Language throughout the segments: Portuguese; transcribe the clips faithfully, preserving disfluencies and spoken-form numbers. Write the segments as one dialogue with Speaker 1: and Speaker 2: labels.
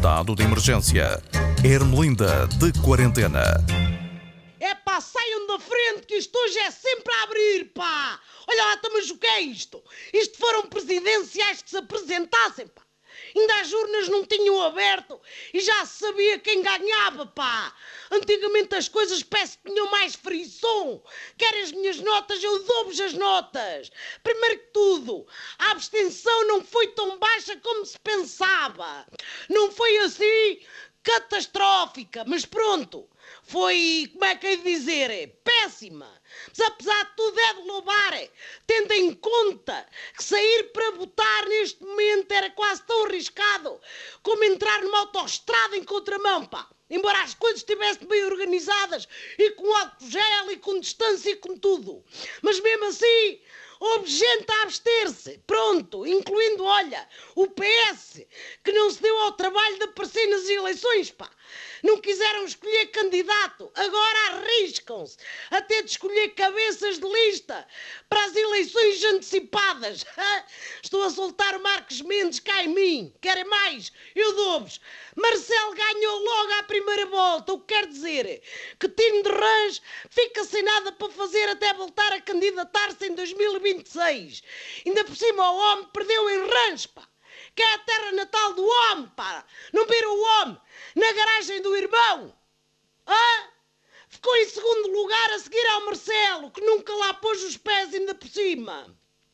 Speaker 1: estado de emergência. Ermelinda de quarentena.
Speaker 2: É pá, saiam da frente que isto hoje é sempre a abrir, pá! Olha lá, mas o que é isto? Isto foram presidenciais que se apresentassem, pá! Ainda as urnas não tinham aberto e já se sabia quem ganhava, pá! Antigamente as coisas parece que tinham mais frição. Querem as minhas notas, eu dou-vos as notas. Primeiro que tudo, a abstenção não foi tão baixa como se pensava. Não foi assim catastrófica, mas pronto. Foi, como é que é de dizer, péssima. Mas apesar de tudo é de louvar, tendo em conta que sair para votar neste momento era quase tão arriscado como entrar numa autoestrada em contramão, pá. Embora as coisas estivessem bem organizadas e com álcool gel e com distância e com tudo. Mas mesmo assim, houve gente a abster-se. Pronto, incluindo, olha, o P S, que não se deu ao trabalho de aparecer nas eleições, pá. Não quiseram escolher candidato, agora arriscam-se a ter de escolher cabeças de lista para as eleições antecipadas. Estou a soltar o Marcos Mendes cá em mim. Querem mais? Eu dou-vos. Marcelo ganhou logo à primeira volta, o que quer dizer que Tino de Rãs fica sem nada para fazer até voltar a candidatar-se em dois mil e vinte e seis. Ainda por cima o homem perdeu em Rãs, pá, que é a terra natal do homem, pá. Não viram o homem na garagem do irmão? Ah? Ficou em segundo lugar a seguir ao Marcelo, que nunca lá pôs os pés ainda por cima.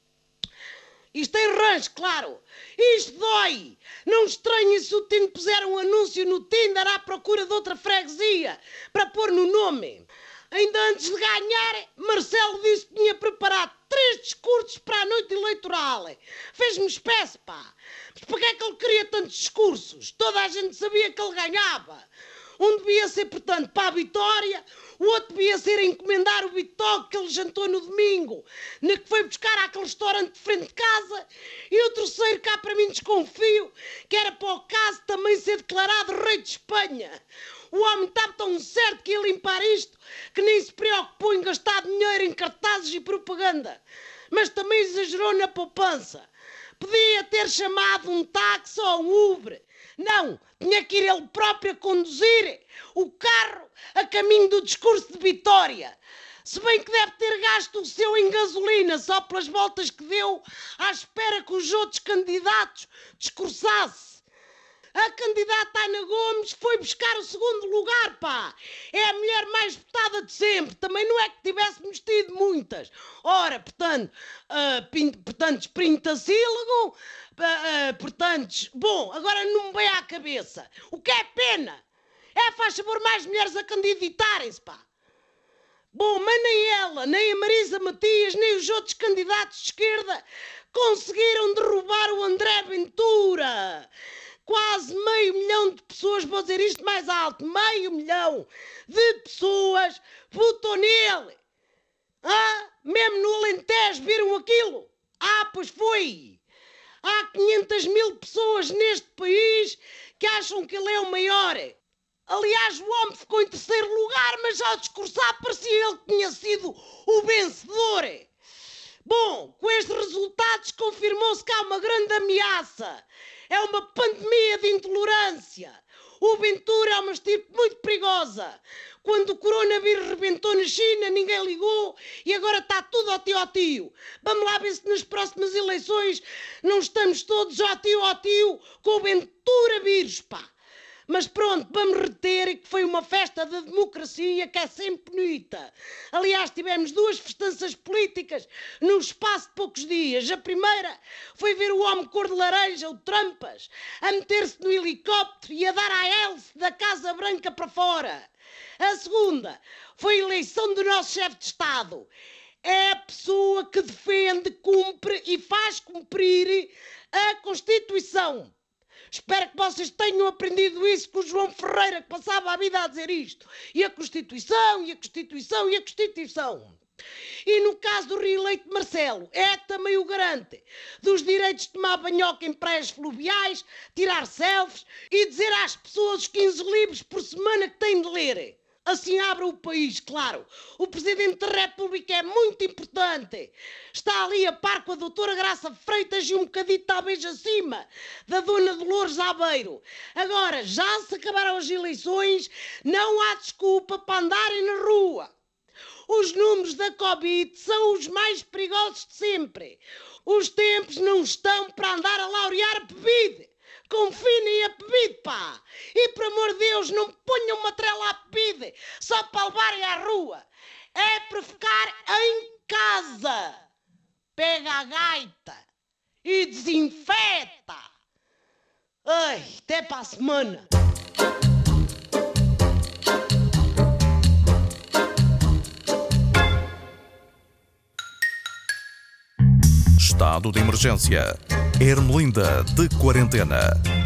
Speaker 2: Isto em Rãs, claro. Isto dói. Não estranhe se o Tinder puser um anúncio no Tinder à procura de outra freguesia para pôr no nome. Ainda antes de ganhar, Marcelo disse que tinha preparado três discursos para a noite eleitoral. Fez-me espécie, pá. Mas para que é que ele queria tantos discursos? Toda a gente sabia que ele ganhava. Um devia ser, portanto, para a vitória, o outro devia ser a encomendar o bitoque que ele jantou no domingo, na que foi buscar àquele restaurante de frente de casa, e o terceiro, cá para mim desconfio, que era para o caso também ser declarado rei de Espanha. O homem estava tão certo que ia limpar isto que nem se preocupou em gastar dinheiro em cartazes e propaganda. Mas também exagerou na poupança. Podia ter chamado um táxi ou um Uber. Não, tinha que ir ele próprio a conduzir o carro a caminho do discurso de vitória. Se bem que deve ter gasto o seu em gasolina só pelas voltas que deu à espera que os outros candidatos discursassem. A candidata Ana Gomes foi buscar o segundo lugar, pá. É a mulher mais votada de sempre. Também não é que tivéssemos tido muitas. Ora, portanto, uh, pin, portanto, sprintacílago, uh, uh, portanto, bom, agora não me vem à cabeça. O que é pena é, faz favor, mais mulheres a candidatarem-se, pá. Bom, mas nem ela, nem a Marisa Matias, nem os outros candidatos de esquerda conseguiram derrubar o André Ventura. Quase meio milhão de pessoas, vou dizer isto mais alto, meio milhão de pessoas votou nele. Ah, mesmo no Alentejo viram aquilo? Ah, pois foi. Há quinhentas mil pessoas neste país que acham que ele é o maior. Aliás, o homem ficou em terceiro lugar, mas ao discursar parecia ele que tinha sido o vencedor. Bom, com estes resultados confirmou-se que há uma grande ameaça. É uma pandemia de intolerância. O Ventura é uma estirpe muito perigosa. Quando o coronavírus rebentou na China, ninguém ligou e agora está tudo ao tio ao tio. Vamos lá ver se nas próximas eleições não estamos todos ao tio ao tio com o Ventura vírus, pá. Mas pronto, vamos reter que foi uma festa da democracia que é sempre bonita. Aliás, tivemos duas festanças políticas num espaço de poucos dias. A primeira foi ver o homem cor de laranja, o Trumpas, a meter-se no helicóptero e a dar a hélice da Casa Branca para fora. A segunda foi a eleição do nosso chefe de Estado. É a pessoa que defende, cumpre e faz cumprir a Constituição. Espero que vocês tenham aprendido isso com o João Ferreira, que passava a vida a dizer isto. E a Constituição, e a Constituição, e a Constituição. E no caso do reeleito Marcelo, é também o garante dos direitos de tomar banhoca em praias fluviais, tirar selfies e dizer às pessoas os quinze livros por semana que têm de ler. Assim abre o país, claro. O Presidente da República é muito importante. Está ali a par com a doutora Graça Freitas e um bocadito talvez acima da dona Dolores Aveiro. Agora, já se acabaram as eleições, não há desculpa para andarem na rua. Os números da Covid são os mais perigosos de sempre. Os tempos não estão para andar a laurear a bebida. Confinem a bebida, pá! E, por amor de Deus, não ponham uma trela à bebida só para levarem à rua. É para ficar em casa. Pega a gaita e desinfeta. Ai, até para a semana.
Speaker 1: Estado de emergência. Ermelinda de quarentena.